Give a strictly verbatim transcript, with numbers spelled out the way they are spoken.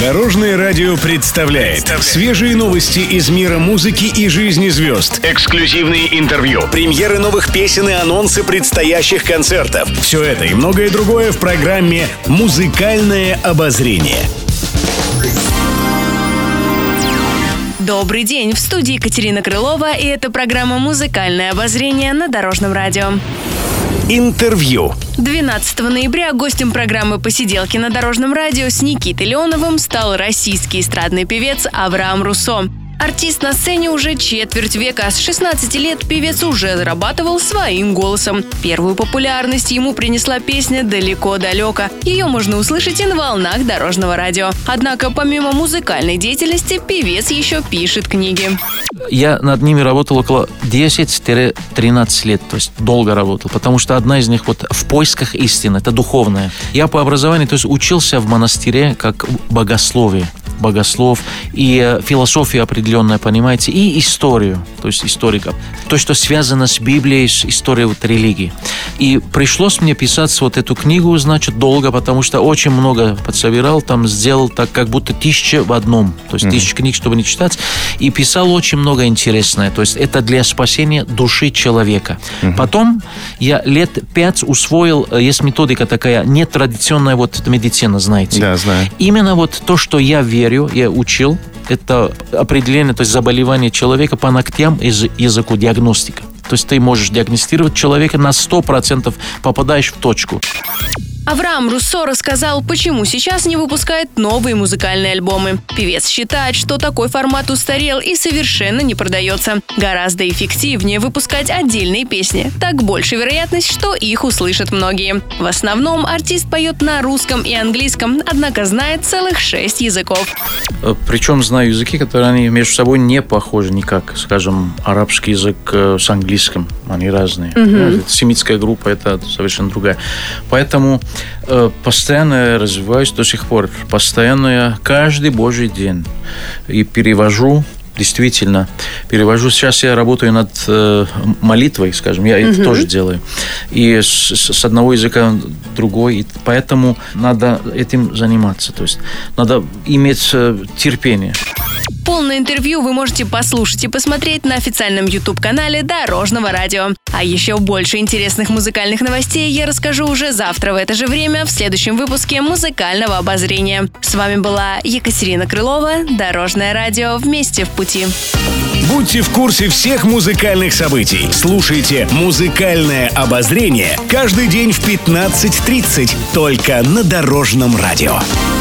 Дорожное радио представляет свежие новости из мира музыки и жизни звезд. Эксклюзивные интервью, премьеры новых песен и анонсы предстоящих концертов. Все это и многое другое в программе «Музыкальное обозрение». Добрый день, в студии Екатерина Крылова, и это программа «Музыкальное обозрение» на Дорожном радио. Интервью. двенадцатого ноября гостем программы «Посиделки на Дорожном радио» с Никитой Леоновым стал российский эстрадный певец Авраам Руссо. Артист на сцене уже четверть века, а с шестнадцати лет певец уже зарабатывал своим голосом. Первую популярность ему принесла песня «Далеко-далеко». Ее можно услышать и на волнах Дорожного радио. Однако помимо музыкальной деятельности певец еще пишет книги. Я над ними работал около десять-тринадцать лет, то есть долго работал, потому что одна из них вот «В поисках истины», это духовная. Я по образованию, то есть учился в монастыре как богословие. богослов, и философию определенную, понимаете, и историю, то есть историка. То, что связано с Библией, с историей вот, религии. И пришлось мне писать вот эту книгу, значит, долго, потому что очень много подсобирал, там сделал так, как будто тысяча в одном, то есть mm-hmm. тысяча книг, чтобы не читать, и писал очень много интересное, то есть это для спасения души человека. Mm-hmm. Потом я лет пять усвоил, есть методика такая, нетрадиционная вот медицина, знаете. Да, знаю. Именно вот то, что я верю, я учил, это определение, то есть заболевание человека по ногтям и языку, диагностика. То есть ты можешь диагностировать человека на сто процентов, попадаешь в точку. Авраам Руссо рассказал, почему сейчас не выпускает новые музыкальные альбомы. Певец считает, что такой формат устарел и совершенно не продается. Гораздо эффективнее выпускать отдельные песни. Так больше вероятность, что их услышат многие. В основном артист поет на русском и английском, однако знает целых шесть языков. Причем знаю языки, которые они между собой не похожи никак. Скажем, арабский язык с английским, они разные. Mm-hmm. Семитская группа, это совершенно другая. Поэтому постоянно я развиваюсь до сих пор. Постоянно я каждый божий день и перевожу. Действительно, перевожу. Сейчас я работаю над э, молитвой, скажем, я mm-hmm. это тоже делаю. И с, с одного языка в другой. И поэтому надо этим заниматься. То есть надо иметь э, терпение. Полное интервью вы можете послушать и посмотреть на официальном YouTube-канале Дорожного радио. А еще больше интересных музыкальных новостей я расскажу уже завтра в это же время в следующем выпуске «Музыкального обозрения». С вами была Екатерина Крылова, Дорожное радио, вместе в пути. Будьте в курсе всех музыкальных событий. Слушайте «Музыкальное обозрение» каждый день в пятнадцать тридцать только на Дорожном радио.